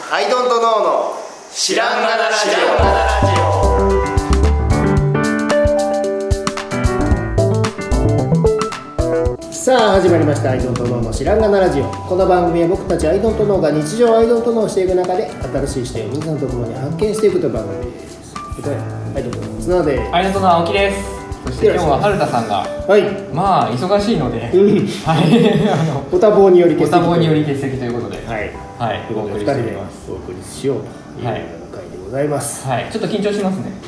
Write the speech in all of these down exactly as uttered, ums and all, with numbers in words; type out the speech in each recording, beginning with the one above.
アイドントノーの知らんがなラジオ。さあ始まりましたアイドントノーの知らんがなラジオ。この番組は僕たちアイドントノーが日常アイドントノーしていく中で新しい視点を皆さんと共に発見していくという番組です。アイドントノーの綱でアイドントノー青木です。そして今日は春田さんが、はい、まあ忙しいので、うん、はい、あのご多忙により欠席ご多忙により欠席ということで、はい、 はい、お送りしております。お送りしようという回でございます。 はい、ちょっと緊張しますね。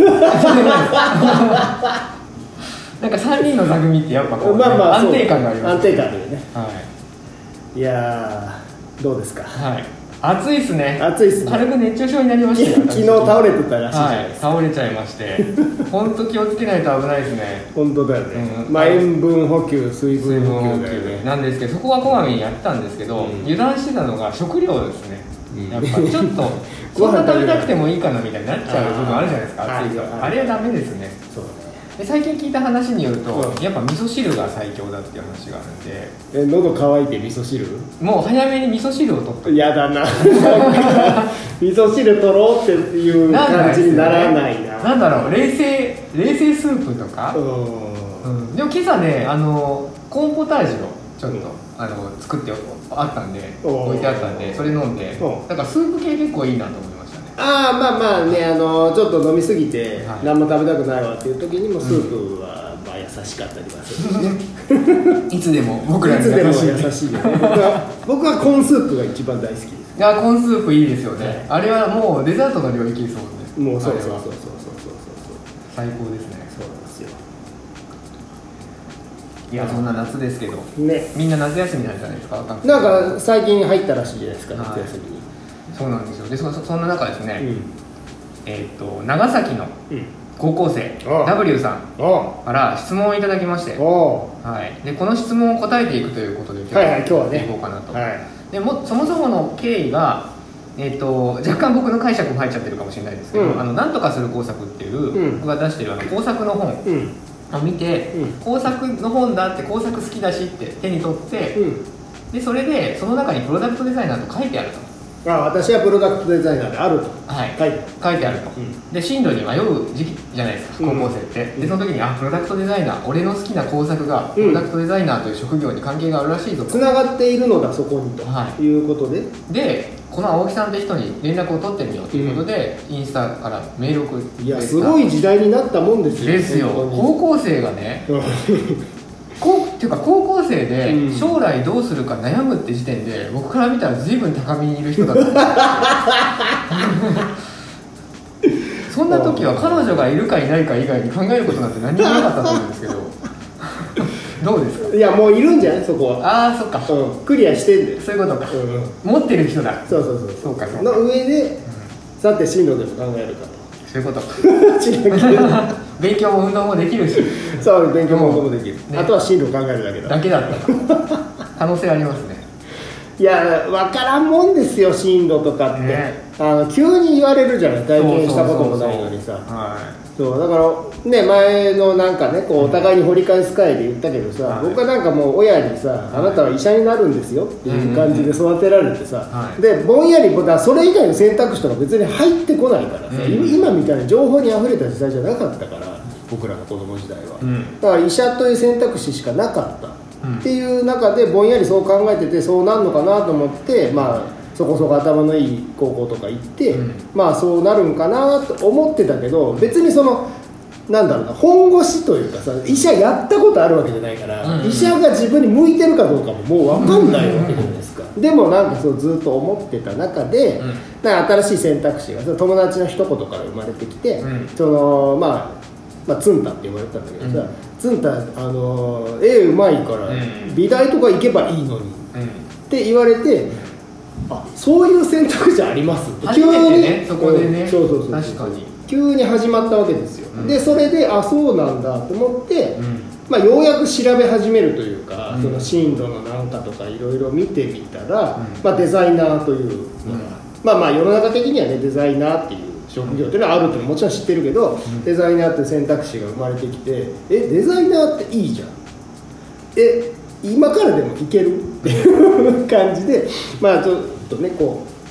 なんかさんにんの座組ってやっぱこう、ね、まあまあ、安定感があります、ね。安定感あるよね。はい。いやーどうですか。はい。暑いっすね。暑いっすね。軽く熱中症になりましたよ。昨日倒れてたらしいじゃないですか。はい、倒れちゃいまして。本当気をつけないと危ないですね。本当だよね。うん、まあ塩分補給、水分補給だよね。なんですけど、そこはこまめにやったんですけど、うん、油断してたのが食料ですね。うん、やっぱちょっとそんな食べたくてもいいかなみたいになっちゃう部分あるじゃないですか。暑いから。あれはダメですね。そうだね。で最近聞いた話によると、うん、やっぱ味噌汁が最強だっていう話があるんで。え、喉乾いて味噌汁？もう早めに味噌汁を取った。やだな。味噌汁取ろうっていう感じにならないな。なんだろう、冷製冷製スープとか。うん、でも今朝ね、あのコーンポタージュをちょっと、うん、あの作ってあったんで置いてあったんでそれ飲んで、だからスープ系結構いいなと思いましたね。ああ、まあまあね、あのちょっと飲みすぎて何も食べたくないわっていう時にもスープはまあ優しかったりはするね。いつでも僕らに優しい、ね、いつでも優しいよね。僕は僕はコーンスープが一番大好きです。いやコーンスープいいですよね、はい、あれはもうデザートの領域ですもんね。もうそうそうそうそうそうそう最高ですね。そうなんですよ。いやそんな夏ですけど、ね、みんな夏休みなんじゃないですか。なんか最近入ったらしいじゃないですか、夏休みに。そうなんですよ。で そ, そんな中ですね、うん、えー、と長崎の高校生、うん、W さんから質問をいただきまして、はい、でこの質問を答えていくということで今日はやっていこうかなと、はいはい、でもそもそもの経緯が、えー、と若干僕の解釈も入っちゃってるかもしれないですけど、うん、あのなんとかする工作っていう、うん、僕が出してるあの工作の本、うんを見て、うん、工作の本だって工作好きだしって手に取って、うん、でそれでその中にプロダクトデザイナーと書いてあると。ああ、私はプロダクトデザイナーであると、はい、書いて書いてあると、うん、で進路に迷う時期じゃないですか、高校生って、うん、でその時にあプロダクトデザイナー、俺の好きな工作がプロダクトデザイナーという職業に関係があるらしいぞと、つながっているのだそこにと、はい、いうことででこの青木さんって人に連絡を取ってみようということで、うん、インスタからメールを送って、いやすごい時代になったもんですよですよ。高校生がねこうっていうか高校生で将来どうするか悩むって時点で、僕から見たら随分高みにいる人だったそんな時は彼女がいるかいないか以外に考えることなんて何もなかったと思うんですけどどうですか。いやもういるんじゃないそこは。ああそっか、うん、クリアしてんだよ。そういうことか、うん、持ってる人だ。そうそうそうそうかそうかの上で、うん、さて進路でも考えるかと。そういうことか違うけど勉強も運動もできるしそう勉強も運動もできる、ね、あとは進路を考えるだけだだけだった可能性ありますね。いや分からんもんですよ進路とかって、ね、あの急に言われるじゃない、体験したこともないのにさ。そうだからね、前のなんかねこうお互いに掘り返す会で言ったけどさ、はい、僕はなんかもう親にさ、はい、あなたは医者になるんですよっていう感じで育てられてさ、はい、でぼんやりだそれ以外の選択肢とか別に入ってこないからさ、うん、今みたいな情報にあふれた時代じゃなかったから僕らの子供時代は、うん、だから医者という選択肢しかなかった、うん、っていう中でぼんやりそう考えててそうなんのかなと思って、まあそこそこ頭のいい高校とか行って、うん、まあそうなるんかなと思ってたけど、別にそのなんだろうな本腰というかさ、医者やったことあるわけじゃないから、うんうん、医者が自分に向いてるかどうかももう分かんないわけじゃないですか、うんうん、でもなんかそうずっと思ってた中で、うん、なんか新しい選択肢が友達の一言から生まれてきて、うん、そのまあまあ、ツンタって言われたんだけどさ、うん、ツンタあの絵うまいから美大とか行けばいいのに、うん、って言われて、あそういう選択肢ありますって急に、ね、そこでね、そうそうそう確かに急に始まったわけですよ、うん、でそれであそうなんだと思って、うんまあ、ようやく調べ始めるというか、うん、その進路のなんかとかいろいろ見てみたら、うんまあ、デザイナーというのが、うん、まあまあ世の中的にはねデザイナーっていう職業っていうのはあるっていうのはもちろん知ってるけど、うん、デザイナーっていう選択肢が生まれてきて、えデザイナーっていいじゃん、え今からでもいけるっていう感じでまあちょっとねこ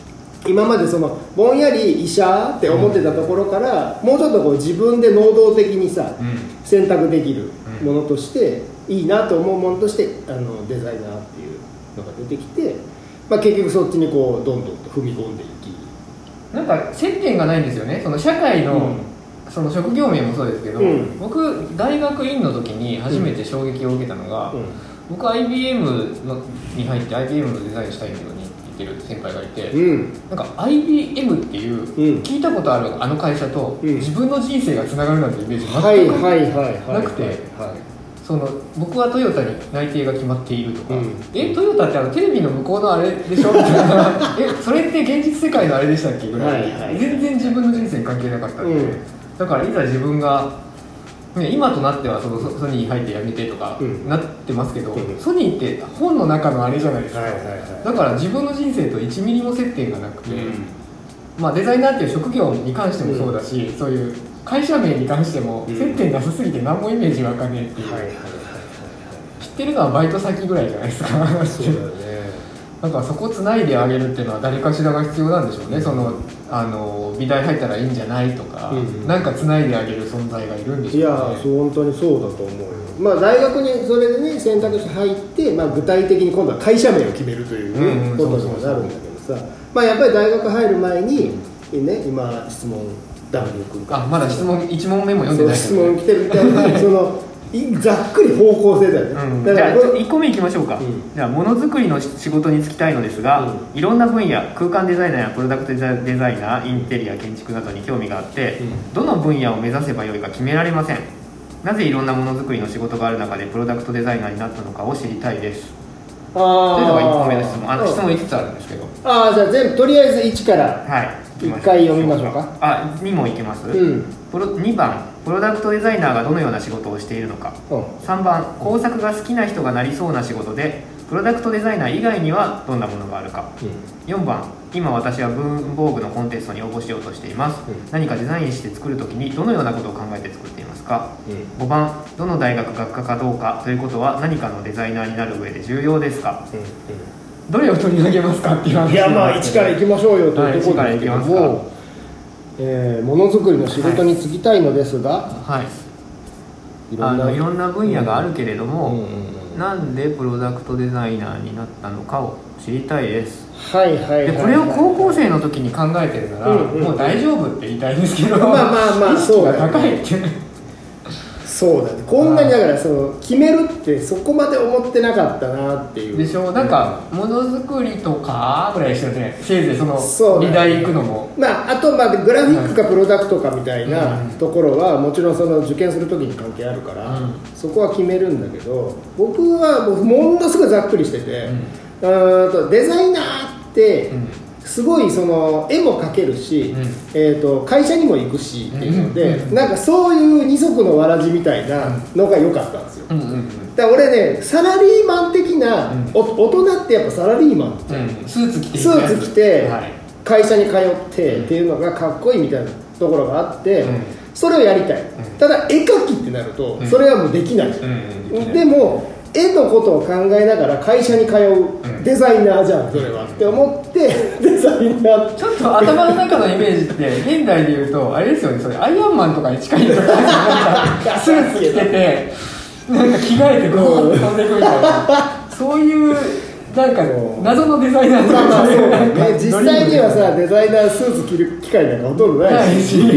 今までそのぼんやり医者って思ってたところから、うん、もうちょっとこう自分で能動的にさ、うん、選択できるものとして、うん、いいなと思うものとしてあのデザイナーっていうのが出てきて、まあ、結局そっちにこうどんどんと踏み込んでいき、 なんか接点がないんですよね。その社会の、うんその職業名もそうですけど、うん、僕大学院の時に初めて衝撃を受けたのが、うん、僕 アイビーエム のに入って アイビーエム のデザインしたいのに言ってる先輩がいて、うん、なんか アイビーエム っていう、うん、聞いたことあるあの会社と、うん、自分の人生がつながるなんてイメージ全くなくて、その僕はトヨタに内定が決まっているとか、うん、えトヨタってあのテレビの向こうのあれでしょみたいなえそれって現実世界のあれでしたっけぐらい、はいはい、全然自分の人生に関係なかったんで、うんだからいざ自分が、ね、今となってはそのソニーに入って辞めてとかなってますけど、うん、ソニーって本の中のあれじゃないですか、はいはいはい、だから自分の人生といちミリも接点がなくて、うんまあ、デザイナーっていう職業に関してもそうだし、うん、そういう会社名に関しても接点なさすぎて何もイメージわかんねえっていう、はいはいはいはい、知ってるのはバイト先ぐらいじゃないですかそうだよねだからそこつないであげるっていうのは誰かしらが必要なんでしょうね、うん、そのあの美大入ったらいいんじゃないとか、うん、なんかつないであげる存在がいるんでしょうね。いやそう本当にそうだと思うよ、まあ、大学にそれでね選択肢入って、まあ、具体的に今度は会社名を決めるという、ねうん、ことにもなるんだけどさ、まあ、やっぱり大学入る前に、ね、今質問ダウンに来るあまだ質問いち問目も読んでない、ね、 質問来てるみたいなそのざっくり方向性だよね、うん、だからじゃあいっこめいきましょうか、うん、じゃあものづくりの仕事に就きたいのですが、うん、いろんな分野空間デザイナーやプロダクトデザイナーインテリア建築などに興味があって、うん、どの分野を目指せばよいか決められません。なぜいろんなものづくりの仕事がある中でプロダクトデザイナーになったのかを知りたいです。あというのがいっこめの質問。あの質問いつつあるんですけど、 ああじゃあ全部とりあえずいちからいっかい読みましょうか。 あに問いけます、うん、プロにばんプロダクトデザイナーがどのような仕事をしているのか、うん、さんばん工作が好きな人がなりそうな仕事でプロダクトデザイナー以外にはどんなものがあるか、うん、よんばん今私は文房具のコンテストに応募しようとしています、うん、何かデザインして作るときにどのようなことを考えて作っていますか、うん、ごばんどの大学学科かどうかということは何かのデザイナーになる上で重要ですか、うんうん、どれを取り上げますかっていう話。 いやまあいちからいきましょうよというところなんだけども、えー、ものづくりの仕事に就きたいのですが、 はいはいいろんな、あのいろんな分野があるけれども、うんうんうんうん、なんでプロダクトデザイナーになったのかを知りたいです。 はいはいはいはい、 でこれを高校生の時に考えてるなら、うんうんうん、もう大丈夫って言いたいんですけど、 まあまあまあ意識が高いってそうだね、こんなにだからその決めるってそこまで思ってなかったなっていうでしょ。なんかものづくりとかぐらいでしたよね、せいぜいその美大行くのも、 まあ、あとまあグラフィックかプロダクトかみたいなところはもちろんその受験する時に関係あるから、うん、そこは決めるんだけど、僕はもうものすごいざっくりしてて、うん、あとデザイナーってすごいその絵も描けるし、うんえー、と会社にも行くしっていうので、うん、なんかそういう二足のわらじみたいなのが良かったんですよ、うんうんうん、だから俺ねサラリーマン的な、うん、大人ってやっぱサラリーマンって、 うん、スーツ着てスーツ着て、はい、会社に通ってっていうのがかっこいいみたいなところがあって、うん、それをやりたい、うん、ただ絵描きってなるとそれはもうできない、うんうん、でも絵のことを考えながら会社に通うデザイナーじゃんそれはって思ってデザイナーちょっと頭の中のイメージって現代で言うとあれですよね、それアイアンマンとかに近いとかなんかスーツ着ててなんか着替えてこう飛んでくみたいなそういうなんか謎のデザイナーとか、まあそうね、 実際にはさデザイナースーツ着る機会なんかほとんどないし、はい、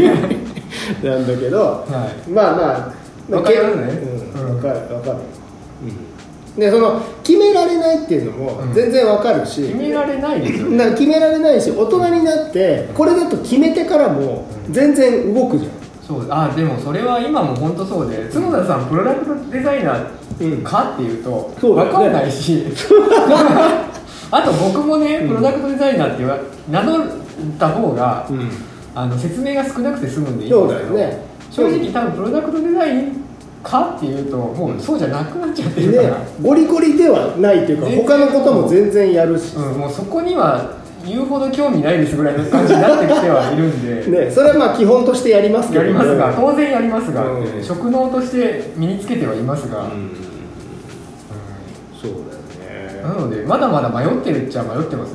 なんだけど、はい、まあまあ分かりますね、 うん、分かる分かる、うんでその決められないっていうのも全然わかるし、 うん、決められないですよね。 決められないし大人になってこれだと決めてからも全然動くじゃん。 そうあでもそれは今も本当そうで角田さんプロダクトデザイナーかっていうと分かんないし、うん、あと僕もねプロダクトデザイナーっていう名乗った方が、うん、あの説明が少なくて済むんでいいんですけど、ね、正直多分プロダクトデザインかっていうともうそうじゃなくなっちゃってるから、ね、 ゴリゴリではないっていうか他のことも全然やるし、 うん、もうそこには言うほど興味ないですぐらいの感じになってきてはいるんでね、それはまあ基本としてやりますけど、ね、 やりますが当然やりますが、うん、職能として身につけてはいますが、うんうん、 そうだよね。 なのでまだまだ迷ってるっちゃ迷ってますよね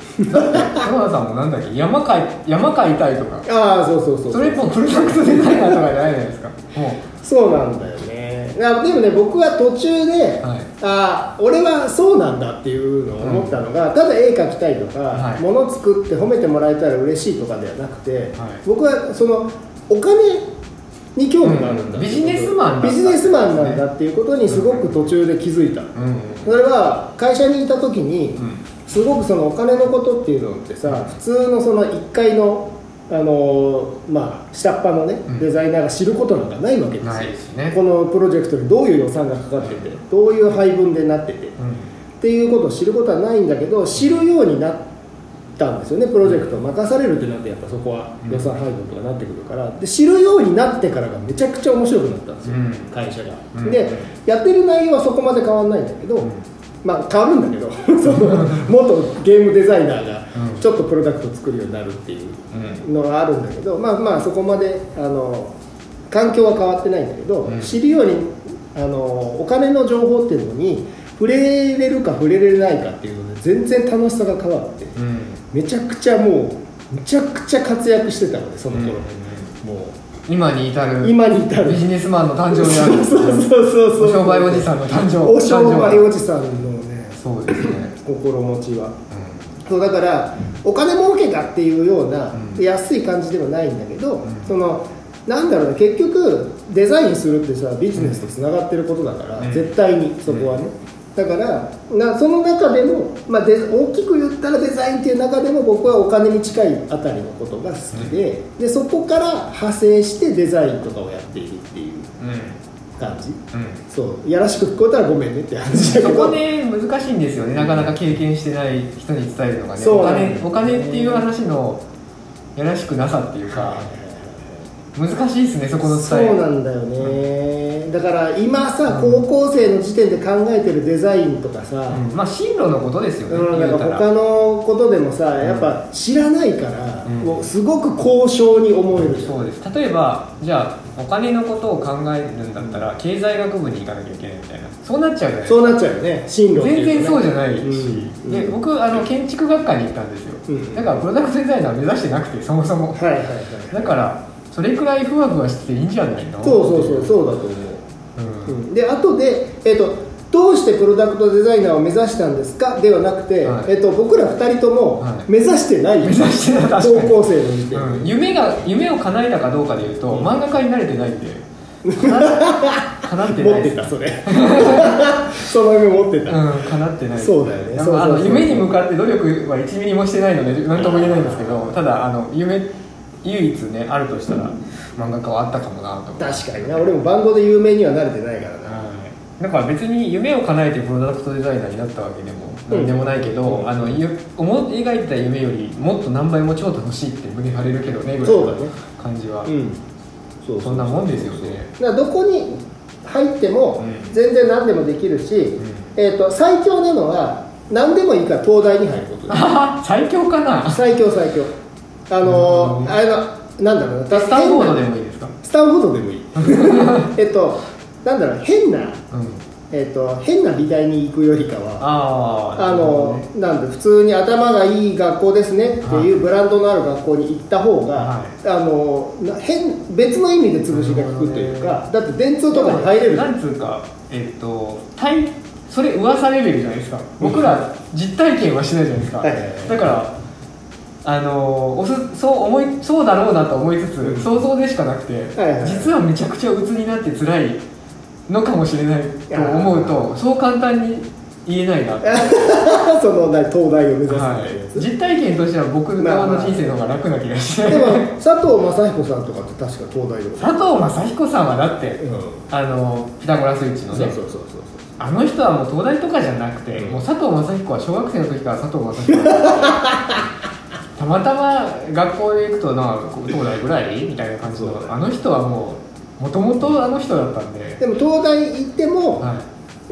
浜田さんもなんだっけ、山買い山買いたいとか、 ああそうそうそう、 それもプロダクトデザイナーとかじゃないじゃないですか。もうそうなんだよね。でもね、僕は途中で、はい、あ俺はそうなんだっていうのを思ったのが、うん、ただ絵描きたいとか、はい、物作って褒めてもらえたら嬉しいとかではなくて、はい、僕はそのお金に興味があるんだ、うん、 ビジネスマンビジネスマンなんだっていうことにすごく途中で気づいた、うん、それは会社にいた時に、うん、すごくそのお金のことっていうのってさ、普通のそのいっかいのあのまあ、下っ端の、ね、デザイナーが知ることなんかないわけですよ、 ないですね。 このプロジェクトにどういう予算がかかってて、どういう配分でなってて、うん、っていうことを知ることはないんだけど、知るようになったんですよね。プロジェクトを任されるってなって、やっぱそこは予算配分とかなってくるから、で知るようになってからがめちゃくちゃ面白くなったんですよ、うん、会社が、うん、でやってる内容はそこまで変わらないんだけど、うん、まあ変わるんだけどその元ゲームデザイナーがちょっとプロダクトを作るようになるっていうのがあるんだけど、まあまあそこまであの環境は変わってないんだけど、うん、知るようにあのお金の情報っていうのに触れれるか触れれないかっていうので全然楽しさが変わって、うん、めちゃくちゃもうめちゃくちゃ活躍してたので、その頃、うん、もう今に至る今に至るビジネスマンの誕生であるそうそうそうそう、 お商売おじさんの誕生、 お商売おじさんのね、 そうですね、 心持ちは、うん、そうだからお金儲けかっていうような、うん、安い感じではないんだけど、うん、そのなんだろうね、結局デザインするってさビジネスとつながってることだから、うん、絶対にそこはね、うん、だからなその中でも、まあ、で大きく言ったらデザインっていう中でも僕はお金に近いあたりのことが好きで、うん、でそこから派生してデザインとかをやっているっていう感じ、うん、そうやらしく聞こえたらごめんねって話だけど、 そこね難しいんですよね、なかなか経験してない人に伝えるのがね、お金、お金っていう話のやらしくなさっていうか難しいですね、そこの伝え。 そうなんだよね、うん、だから今さ、うん、高校生の時点で考えてるデザインとかさ、 うん、まあ進路のことですよね、 うん、なんか他のことでもさ、やっぱ知らないから、うん、もうすごく高尚に思える。 そうです。例えばじゃあお金のことを考えるんだったら経済学部に行かなきゃいけないみたいな、そうなっちゃうじゃないですか。 そうなっちゃうよね、進路っていうね、全然そうじゃないし、うん、で僕あの建築学科に行ったんですよ、うん、だからプロダクトデザイナー目指してなくて、そもそも、はいはいはい、だからそれくらいふわふわしていいんじゃないの。 そうそうそうそうだと思う、うんうん、で後で、えーと、どうしてプロダクトデザイナーを目指したんですかではなくて、はい、えーと、僕らふたりとも目指してない、はい、 目指してない、 高校生の時点、 うん、夢が夢を叶えたかどうかでいうと、うん、漫画家になれてないんで叶ってないです。 持ってたそれその夢持ってた、 うん、叶ってない。 そうだよね。 あの夢に向かって努力はいちミリもしてないので何とも言えないんですけど、ただあの夢唯一ねあるとしたら漫画家はあったかもなと思って。 確かにな、俺もバンドで有名には慣れてないからな、 はい、だから別に夢を叶えてプロダクトデザイナーになったわけでも何でもないけど、うん、あの思い描いてた夢よりもっと何倍も超楽しいって胸張れるけどねぐらいの感じは、うん、そう、そんなもんですよね。 だからどこに入っても全然何でもできるし、うん、えーと、最強なのは何でもいいから東大に入ることです。 最強かな。 最強最強、あのー、あのなんだろうな、 スタンフォードでもいいですか。 スタンフォードでもいいえっとなんだろう、変な、うん、えっと変な美大に行くよりかは、ああの、ね、なんで普通に頭がいい学校ですねっていうブランドのある学校に行った方が、はい、あの変別の意味で潰しが効くというか、だって電通とかに入れる。 なんつうか、えっと対それ噂レベルじゃないですか。僕ら実体験はしないじゃないですか、はいはいはい、だからあのおすそう思いそうだろうなと思いつつ、うん、想像でしかなくて、はいはいはい、実はめちゃくちゃ鬱になって辛いのかもしれないと思うと、そう簡単に言えないなその東大を目指すみたいなやつ、 はい、実体験としては僕の人生の方が楽な気がして、 まあまあ、でも佐藤正彦さんとかって確か東大で佐藤正彦さんはだって、うん、あのピタゴラスイッチのね、そうそうそうそう、あの人はもう東大とかじゃなくて、うん、もう佐藤正彦は小学生の時から佐藤正彦たまたま学校へ行くとな東大ぐらいみたいな感じの、あの人はもうもともとあの人だったんで。 でも東大行っても、はい、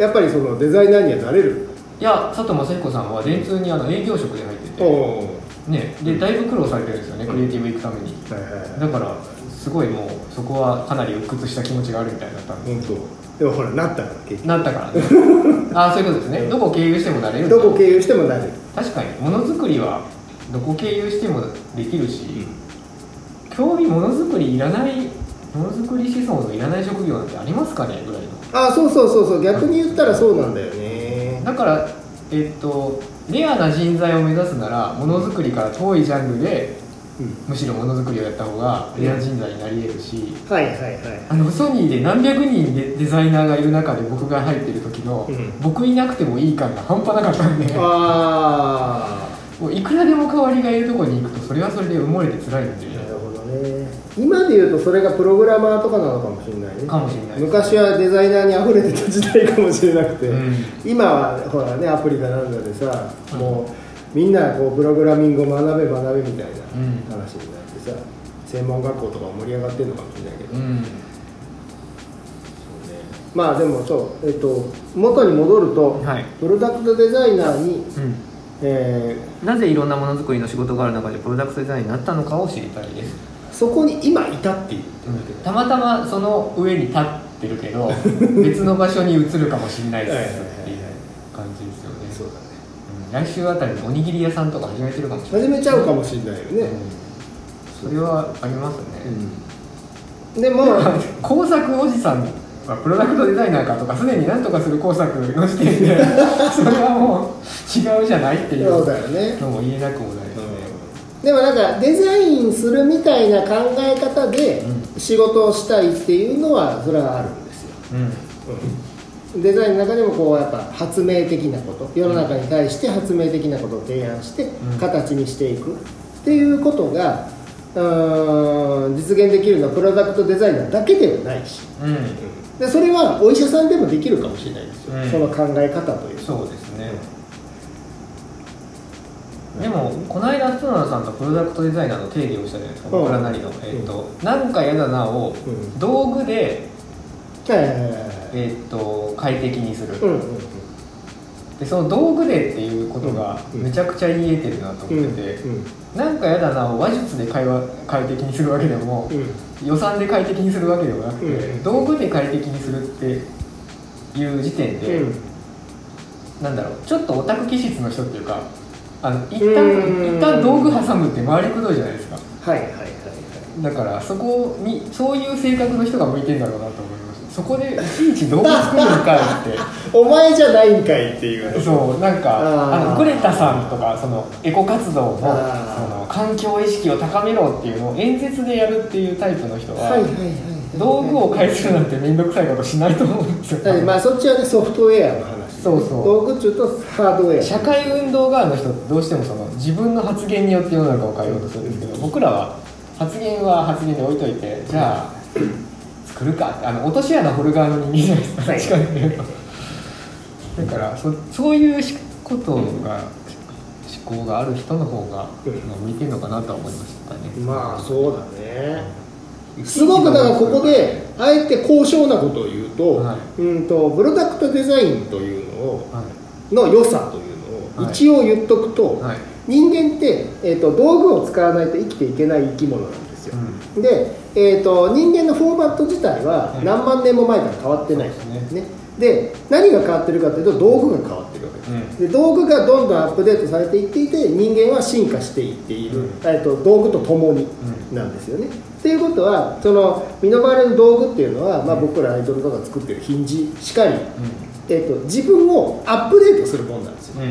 やっぱりそのデザイナーにはなれる。 いや、佐藤正彦さんは電通にあの営業職で入ってて、ね、でだいぶ苦労されてるんですよね、クリエイティブ行くために、はいはいはい、だからすごいもうそこはかなり鬱屈した気持ちがあるみたいだったんで、本でもほらなったから結局なったからねああそういうことですね、どこ経由してもなれる、 どこ経由してもなれる。 確かにものづくりはどこ経由してもできるし、うん、興味ものづくりいらないものづくり思想のいらない職業なんてありますかねぐらいの。 ああそうそうそうそう、逆に言ったらそうなんだよね。 だからえっとレアな人材を目指すならものづくりから遠いジャンルで、うん、むしろものづくりをやった方がレア人材になり得るし、 うん、はいはいはい、 あのソニーで何百人でデザイナーがいる中で僕が入ってる時の、うん、僕いなくてもいい感が半端なかったんで、あもういくらでも代わりがいるところに行くとそれはそれで埋もれて辛いんで。 なるほどね。今でいうとそれがプログラマーとかなのかもしれないね。 かもしれない、ね、 昔はデザイナーにあふれてた時代かもしれなくて、うん、今はほらねアプリだなんだでさ、うん、もうみんなこうプログラミングを学べ学べみたいな話になってさ、うん、専門学校とかも盛り上がってるのかもしれないけど、うん、そうね、まあでもそう、えっと、元に戻ると、はい、プロダクトデザイナーに、うんえー、なぜいろんなものづくりの仕事がある中でプロダクトデザインになったのかを知りたいです。 そこに今いたっていう、 うん、たまたまその上に立ってるけど別の場所に移るかもしれないですっていう感じですよね。そうだね、うん、来週あたりにおにぎり屋さんとか始めてるかもしれない、 始めちゃうかもしれないよね、 うん、それはありますね、 うん、でも工作おじさんプロダクトデザイナーかとかすでに何とかする工作の時点でそれはもう違うじゃないっていうのも言えなくもないですね、 うん、でもなんかデザインするみたいな考え方で仕事をしたいっていうのはそれはあるんですよ、うんうん、デザインの中でもこうやっぱ発明的なこと世の中に対して発明的なことを提案して形にしていくっていうことがうーん実現できるのはプロダクトデザイナーだけではないし、うんでそれはお医者さんでもできるかもしれないですよ、うん、その考え方というそうですね、うん、でもこの間福永さんとプロダクトデザイナーの定義をしたじゃないですか、僕らなりの、えーとうん、なんかやだなを道具で、うんえー、と快適にする、うんうんうん、でその道具でっていうことがめちゃくちゃ言えてるなと思ってて、うんうんうん、なんかやだなを話術で会話快適にするわけでも、うん予算で快適にするわけではなくて、うん、道具で快適にするっていう時点で、うん、なんだろうちょっとオタク気質の人っていうかあの一旦一旦道具挟むって回りくどいじゃないですか。 はいはいはいはい。 だからそこにそういう性格の人が向いてるんだろうなと思いました。そこでいちいち道具作るんかいってお前じゃないんかいっていう、 そうなんかあのグレタさんとかそのエコ活動のその環境意識を高めろっていうのを演説でやるっていうタイプの人は、はいはいはい、道具を返すなんて面倒くさいことしないと思うんですよ。 まあそっちはねソフトウェアの話、 そうそう道具っていうとハードウェア。 社会運動側の人ってどうしてもその自分の発言によって世の中を変えようとするんですけど、僕らは発言は発言で置いといてじゃあ作るかってあの落とし穴掘る側の人間じゃないですか、はい、だから そ, そういうことが、思考がある人の方が向いてるのかなとは思いましたね。 まあそうだね。すごくだからここであえて高尚なことを言うと、はい、うんとプロダクトデザインというのを、はい、の良さというのを一応言っとくと、はい、人間って、えーと、道具を使わないと生きていけない生き物なんですよ、うん、で、えーと、人間のフォーマット自体は何万年も前から変わってないですね、ねで何が変わってるかというと道具が変わってるわけです、うん、で道具がどんどんアップデートされていっていて人間は進化していっている、うんえー、と道具とともになんですよね、うん、っていうことはその身の回りの道具っていうのは、まあ、僕らアイドルとか作ってるヒンジしかり、うんえー、と自分をアップデートするものなんですよ、うん、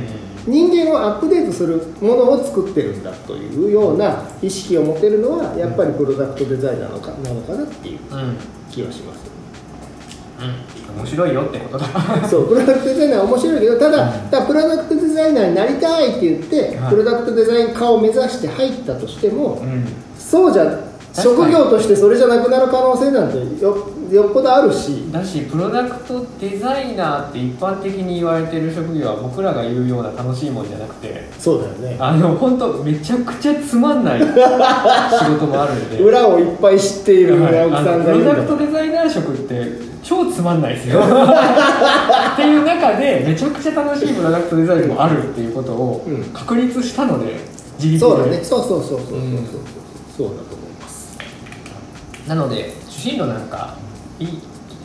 人間をアップデートするものを作ってるんだというような意識を持てるのはやっぱりプロダクトデザイナーなのかなのかなっていう気はします、 うん、面白いよってことだそうプロダクトデザイナーは面白いけどただ、うん、ただプロダクトデザイナーになりたいって言って、はい、プロダクトデザイン科を目指して入ったとしても、うん、そうじゃ職業としてそれじゃなくなる可能性なんて よ, よっぽどあるしだしプロダクトデザイナーって一般的に言われてる職業は僕らが言うような楽しいもんじゃなくてそうだよねあの本当めちゃくちゃつまんない仕事もあるんで裏をいっぱい知っている青木さんがいるんだ、 プロダクトデザイナー職って超つまんないですよっていう中でめちゃくちゃ楽しいプロダクトデザインもあるっていうことを確立したので、うん、自力でそうだねそうそうそうそうそう、うん、そうだと思う。 なので進路なんかいい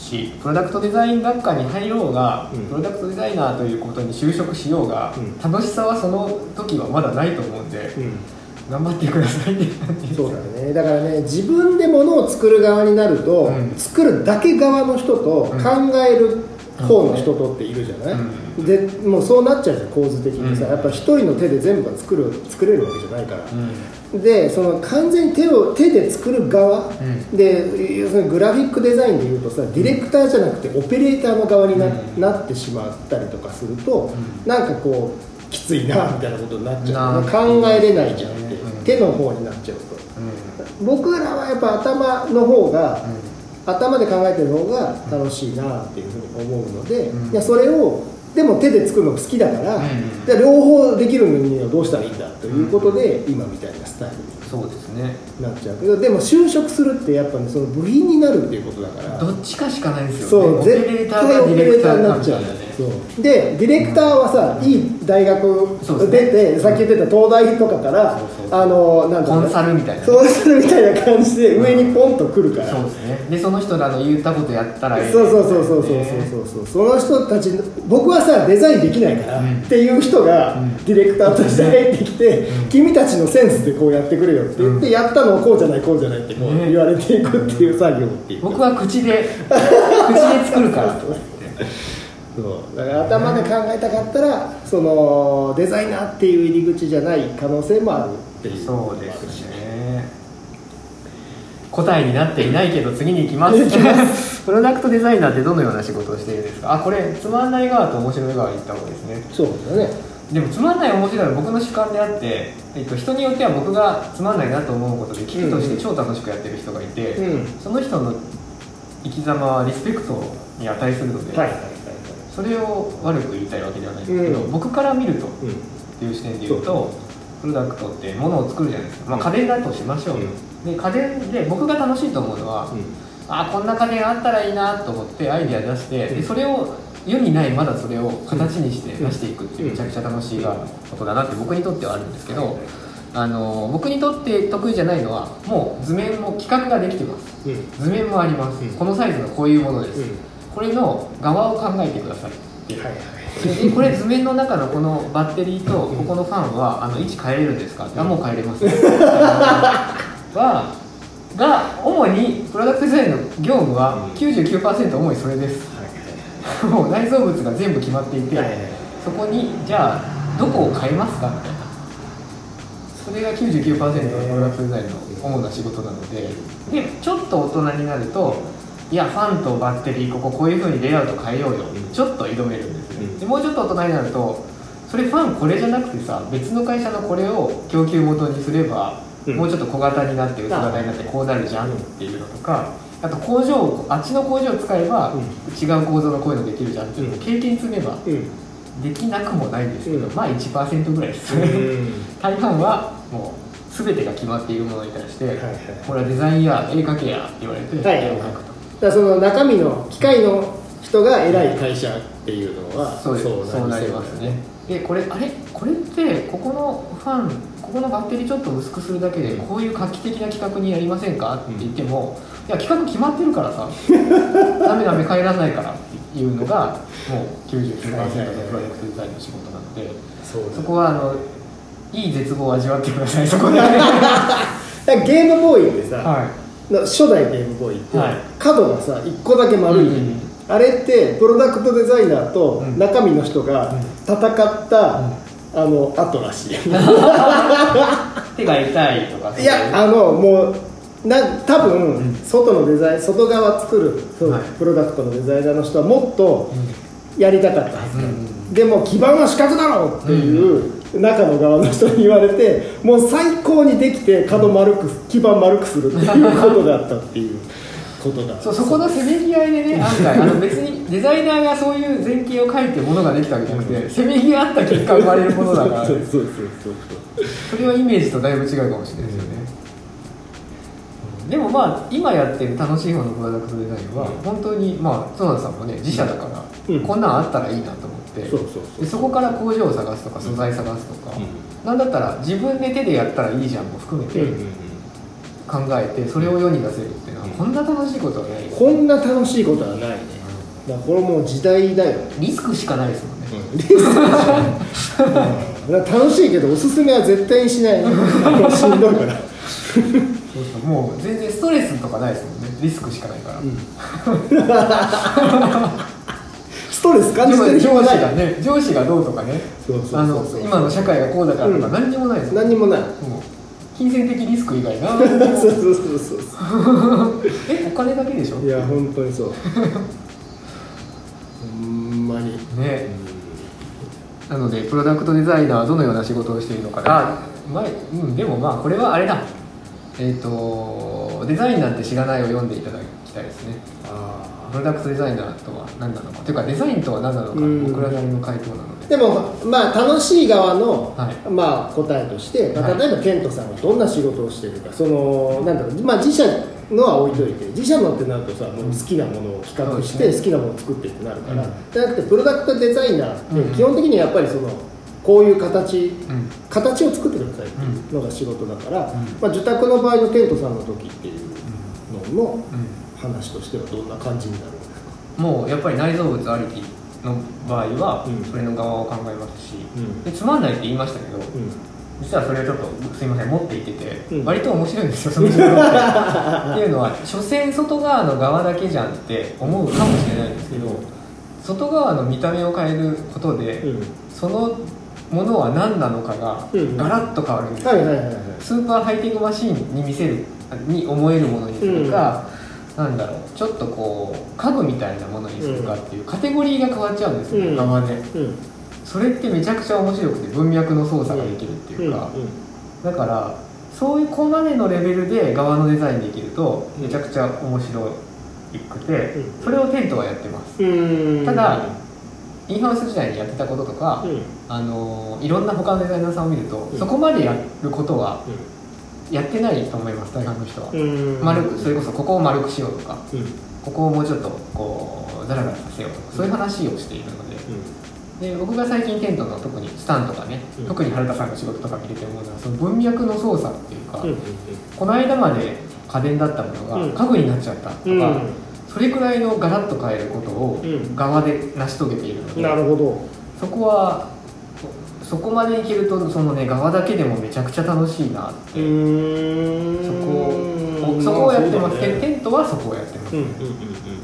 し、プロダクトデザイン学科に入ろうが、うん、プロダクトデザイナーということに就職しようが、うん、楽しさはその時はまだないと思うんで、うん、頑張ってくださいって感じです。 そうだね。だからね、自分で物を作る側になると、うん、作るだけ側の人と考える方の人とっているじゃない、うん、でもうそうなっちゃうじゃん、構図的にさ、うん、やっぱ一人の手で全部は作る作れるわけじゃないから、うん、でその完全に手を手で作る側、うん、で要するにグラフィックデザインでいうとさ、ディレクターじゃなくてオペレーターの側に な,、うん、なってしまったりとかすると、うん、なんかこうきついなみたいなことになっちゃう、考えれないじゃんって、うん、手の方になっちゃうと、うん、僕らはやっぱ頭の方が、うん、頭で考えてる方が楽しいなっていうふうに思うので、うん、いやそれをでも手で作るの好きだから、うん、で両方できるのにはどうしたらいいんだということで、うん、今みたいなスタイルにそうですねなっちゃうけど、でも就職するってやっぱ、ね、その部品になるっていうことだから、 どっちかしかないですよね。 そう絶対オペレーターになっちゃうんだね。そうでディレクターはさ、うん、いい大学出て、ね、さっき言ってた東大とかからあのなんコンサルみたいな、ね、 コンサルみたいな感じで上にポンと来るから、 うん、そうですね。でその人らの言ったことやったらいい、 そうそうそうそうそうそうそう、その人たち、僕はさデザインできないから、うん、っていう人がディレクターとして入ってきて、うん、君たちのセンスでこうやってくれよって言って、うん、やったのをこうじゃないこうじゃないってこう言われていくっていう作業っていう、 僕は口で口で作るからとそうだから頭で考えたかったらそのデザイナーっていう入り口じゃない可能性もあるっていう。 そうですね。答えになっていないけど次に行きますプロダクトデザイナーってどのような仕事をしているんですか。あ、これつまんない側と面白い側に行った方がいいですね。 そうだね。 でもつまんない面白いは僕の主観であって、えっと、人によっては僕がつまんないなと思うことで機器として超楽しくやってる人がいて、うん、その人の生き様はリスペクトに値するので、はいはいはいはい、それを悪く言いたいわけではないんですけど、うん、僕から見ると、うん、っていう視点で言うと、プロダクトって物を作るじゃないですか、まあ、家電だとしましょう、うん、で家電で僕が楽しいと思うのは、うん、あこんな家電あったらいいなと思ってアイデア出して、でそれを世にないまだそれを形にして出していくっていうめちゃくちゃ楽しいことだなって僕にとってはあるんですけど、あの僕にとって得意じゃないのはもう図面も企画ができてます、うん、図面もあります、うん、このサイズのこういうものです、うん、これの側を考えてくださいって、はいはい、でこれ図面の中のこのバッテリーとここのファンはあの位置変えれるんですかって、あもう変えれます、ね、はが主にプロダクトデザインの業務は きゅうじゅうきゅうパーセント 主にそれです、はいはい、もう内蔵物が全部決まっていて、はいはい、そこにじゃあどこを変えますかみたいな、それが きゅうじゅうきゅうパーセント のプロダクトデザインの主な仕事なので、でちょっと大人になるといやファンとバッテリーこここういう風にレイアウト変えようよ、うん、ちょっと挑めるんですね、うん、でもうちょっと大人になるとそれファンこれじゃなくてさ別の会社のこれを供給元にすれば、うん、もうちょっと小型になって薄型になってこうなるじゃんっていうのとか、あと工場あっちの工場を使えば、うん、違う構造のこういうのできるじゃんっていうのを経験積めば、うん、できなくもないんですけど、うん、まあ いちパーセント ぐらいですね、うん、大半はもう全てが決まっているものに対して、はいはい、これはデザインや絵描けやって言われて絵を描くと、はいはい、だからその中身の機械の人が偉い会社っていうのはそうです、そうなりますね。でこれあれこれってここのファンここのバッテリーちょっと薄くするだけでこういう画期的な企画にやりませんかって言っても、うん、いや企画決まってるからさダメダメ変えられないからっていうのがもう きゅうじゅうきゅうパーセント のプロダクトデザインの仕事なので、そ, そこはあのいい絶望を味わってください。そこでゲームボーイってさ、はい、初代ゲームボーイって、はい、角がさいっこだけ丸い、うん、あれってプロダクトデザイナーと中身の人が戦った、うんうん、あの後らしい手が痛いとかいやあのもうな多分、うん、外のデザイン外側作るそう、はい、プロダクトのデザイナーの人はもっとやりたかったはず、うん、でも基盤は四角だろうっていう中の側の人に言われて、もう最高にできて角丸く基盤丸くするっていうことだったっていうことだ。 そう、そこのせめぎ合いでね、案外あの別にデザイナーがそういう前景を書いてものができたわけじゃなくて、せめぎ合った結果生まれるものだから、ね、そうそうそうそうそれはイメージとだいぶ違うかもしれないですよね、うん、でもまあ今やってる楽しい方のプロダクトデザインは本当にまあ園田さんもね自社だから、うん、こんなんあったらいいなと思って、そうそうそう、でそこから工場を探すとか素材探すとか、うん、なんだったら自分で手でやったらいいじゃんも含めて、うんうんうん、 考えてそれを世に出せるっていうのは、うん、こんな楽しいことはない。 こんな楽しいことはないね。だからこれもう時代だよ。 リスクしかないですもんね、 うん、リスクしかない、うん、楽しいけどおすすめは絶対にしないしんどいからそうそうもう全然ストレスとかないですもんね、リスクしかないから、うん、 ストレス感じてる人がないからね、上司がどうとかね、今の社会がこうだからとか何にもないです、 うん、何にもない、 もう金銭的リスク以外なそうそうそうそうえ、お金だけでしょ。 いや本当にそうほんまにね、うん、なのでプロダクトデザイナーはどのような仕事をしているのか、あ、前、うん、でもまあこれはあれだ、えっ、ー、とデザインなんて知らないを読んでいただきたいですね。あ、プロダクトデザイナーとは何なのかというかデザインとは何なのか、僕らなりの回答なので。 でもまあ楽しい側の、はい、まあ、答えとして、まあ、例えばケントさんがどんな仕事をしているか、そのなんだろう、まあ、自社のは置いといて、自社のってなるとさ、もう好きなものを企画して、うん、好きなものを作ってってなるから、うん、じゃなくてプロダクトデザイナーって基本的にやっぱりそのこういう形、うん、形を作ってくださいっていうのが仕事だから、うん、まあ、受託の場合のケントさんの時っていうのの話としてはどんな感じになるんですか。 もうやっぱり内臓物ありきの場合はそれの側を考えますし、うん、でつまんないって言いましたけど、うん、実はそれはちょっとすいません持っていてて、うん、割と面白いんですよその仕事ってっていうのは所詮外側の側だけじゃんって思うかもしれないんですけど、外側の見た目を変えることで、うん、そのものは何なのかがガラッと変わるんですよ。スーパーハイテクマシンに見せるに思えるものにするか、うん、なんだろう、ちょっとこう家具みたいなものにするかっていうカテゴリーが変わっちゃうんですよ、うん、側で、うん、それってめちゃくちゃ面白くて文脈の操作ができるっていうか、うんうん、だからそういうここまでのレベルで側のデザインできるとめちゃくちゃ面白くて、それをテントはやってます。ただインハウス時代にやってたこととか、うん、あのいろんな他のデザイナーさんを見ると、うん、そこまでやることはやってないと思います、大半の人は。丸く、それこそここを丸くしようとか、うん、ここをもうちょっとこうザラザラさせようとか、そういう話をしているので、うん、で僕が最近テントの特にスタンとかね、うん、特に春田さんの仕事とか見てて思うのは、その文脈の操作っていうか、うん、この間まで家電だったものが家具になっちゃったとか、うん、それくらいのガラッと変えることを側で成し遂げているので、 なるほど、 そこはそこまでいけるとそのね側だけでもめちゃくちゃ楽しいなって、うーん、そこをそこをやってます、ね、テントはそこをやってます、ね、うんうんうんうんうん、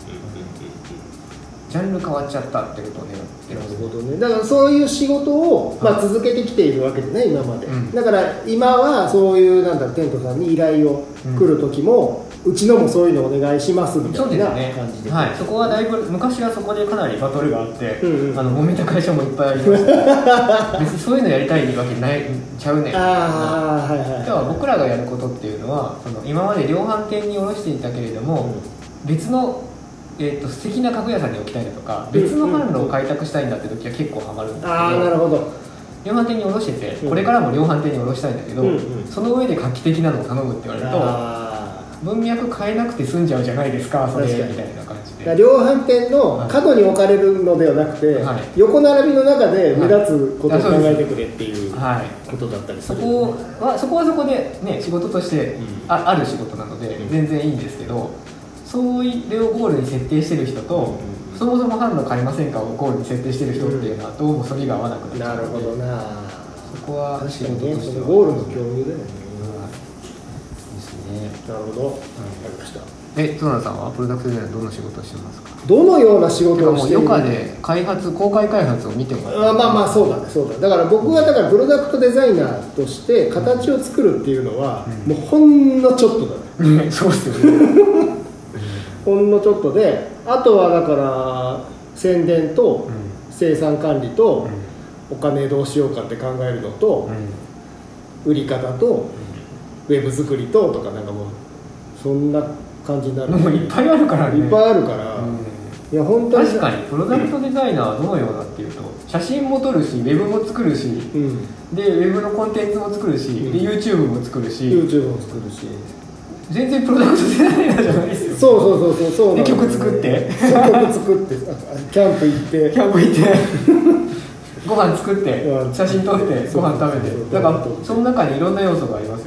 ジャンル変わっちゃったってことをねやってます。 なるほどね。だからそういう仕事を、まあ、続けてきているわけでね、今まで、うん、だから今はそういうなんだろう、テントさんに依頼を来る時も、うん、うちのもそういうのお願いしますみたいな感じで、 はい、そこはだいぶ昔はそこでかなりバトルがあって、うんうん、あの揉めた会社もいっぱいありました別にそういうのやりたいわけないちゃうねん。あ、はいはい、では僕らがやることっていうのは、その今まで量販店に卸していたけれども、うん、別のえー、と素敵な家具屋さんに置きたいだとか、別の販路を開拓したいんだって時は結構ハマるんですけど、あー、なるほど、量販店に卸してて、これからも量販店に卸したいんだけど、うんうん、その上で画期的なのを頼むって言われると、文脈変えなくて済んじゃうじゃないですか、それみたいな感じで。 量販店の角に置かれるのではなくて、はい、横並びの中で目立つことを考えてくれっていうことだったりする、 はい、そこはそこはそこで、ね、仕事として あ,、うん、ある仕事なので全然いいんですけど、そういうゴールに設定してる人と、うん、そもそも販路買いませんかをゴールに設定してる人っていうのはどうも反りが合わなくなっちゃうので、 なるほどな、 そこは仕事としてはゴールの共有だよね、 うん、ですね。 なるほど、わ、うん、かりました。 え、戸田さんはプロダクトデザイナーどんな仕事をしてますか。 どのような仕事をしているのか。 もう余暇で開発、公開開発を見てもらう。あ、まあまあそうだね、そうだ。だから僕はだからプロダクトデザイナーとして形を作るっていうのは、うん、もうほんのちょっとだね。 うん、そうですよね。 ほんのちょっとで、あとはだから宣伝と生産管理とお金どうしようかって考えるのと、売り方とウェブ作りととか、なんかもうそんな感じになる。 もういっぱいあるからね。 いっぱいあるから、うん、いや本当に確かにプロダクトデザイナーはどのようなっていうと、写真も撮るし、ウェブも作るし、うん、でウェブのコンテンツも作るし、うん、で YouTube も作るし、 YouTube も作るし。 全然プロダクトデザイナーじゃないですよ。 そうそうそうそうそう。 で曲作って曲作ってキャンプ行ってキャンプ行ってご飯作って写真撮ってご飯食べて、だからその中にいろんな要素がありますよ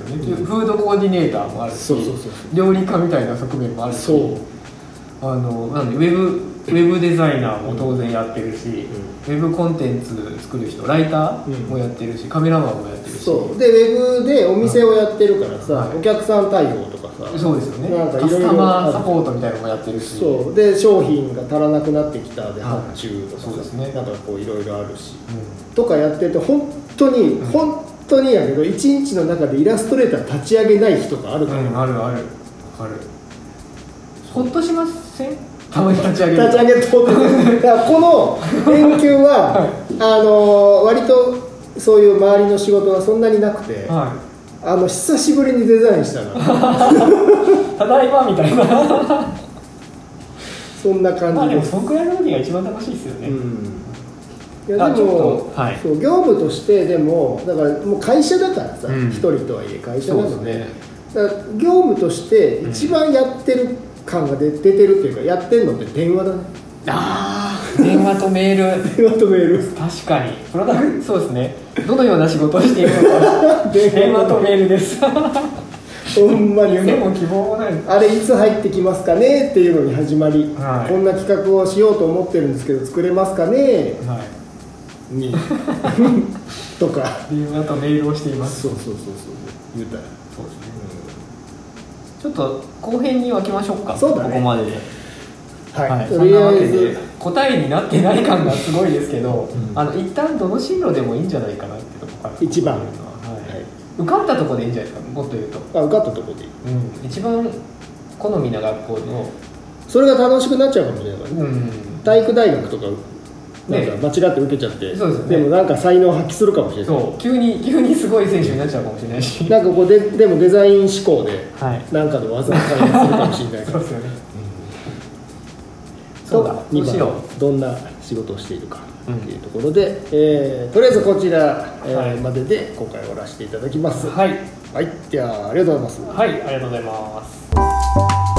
よね、うん、フードコーディネーターもあるし、そうそうそうそう、料理家みたいな側面もあるし、そうあのなんでウェブウェブデザイナーも当然やってるし、うん、ウェブコンテンツ作る人ライターもやってるし、うん、カメラマンもやってるし、 そうでウェブでお店をやってるからさ、はい、お客さん対応とかさ、 そうですよね、なんかいろいろカスタマーサポートみたいなのもやってるし、 そうで商品が足らなくなってきたで発注とかさ、はい、そうですね、なんかこういろいろあるし、うん、とかやってると本当に、うん、本当にやけどいちにちの中でイラストレーター立ち上げない日とかあるから、ね、うん、 あるあるある。ほっとしません？たまに立ち上げる立ち上げとだからこの連休は、はい、あの割とそういう周りの仕事はそんなになくて、はい、あの久しぶりにデザインしたなただいまみたいなそんな感じ。 まあでもそんくらいの時が一番楽しいですよね、うん、 いやでも、はい、そう業務としてでもだからもう会社だからさ、うん、一人とはいえ会社なので、ね、だから業務として一番やってる感が出てるっていうか、やってるのって電話だね。 ああ、電話とメール電話とメール、 確かにプロダクトそうですね、どのような仕事をしているのか電話とメールですほんまに夢も希望もない。 あれいつ入ってきますかねっていうのに始まり、はい、こんな企画をしようと思ってるんですけど作れますかね、はい、にとか電話とメールをしています。 そうそうそうそう言うたらそうですね、ちょっと後編に分けましょうか。 そうだね、 ここまでで、 はいはい、 そんなわけで答えになってない感がすごいですけど、うん、あの一旦どの進路でもいいんじゃないかなってとこから一番、はい、 受かったところでいいんじゃないですか、もっと言うと。 あ受かったところでいい、 うん、一番好みな学校のそれが楽しくなっちゃうかもしれないからね、うん、体育大学とかなんか間違って受けちゃって、ね、そうですよね、でもなんか才能を発揮するかもしれない。 そう急に急にすごい選手になっちゃうかもしれないしなんかこうででもデザイン思考で何かの技を開発するかもしれないから、 そうですよね、 うん、そうだにばんどんな仕事をしているかっていうところで、うんえー、とりあえずこちら、えーはい、までで今回終わらせていただきます。 はい、 はい、ではありがとうございます。 はい、ありがとうございます。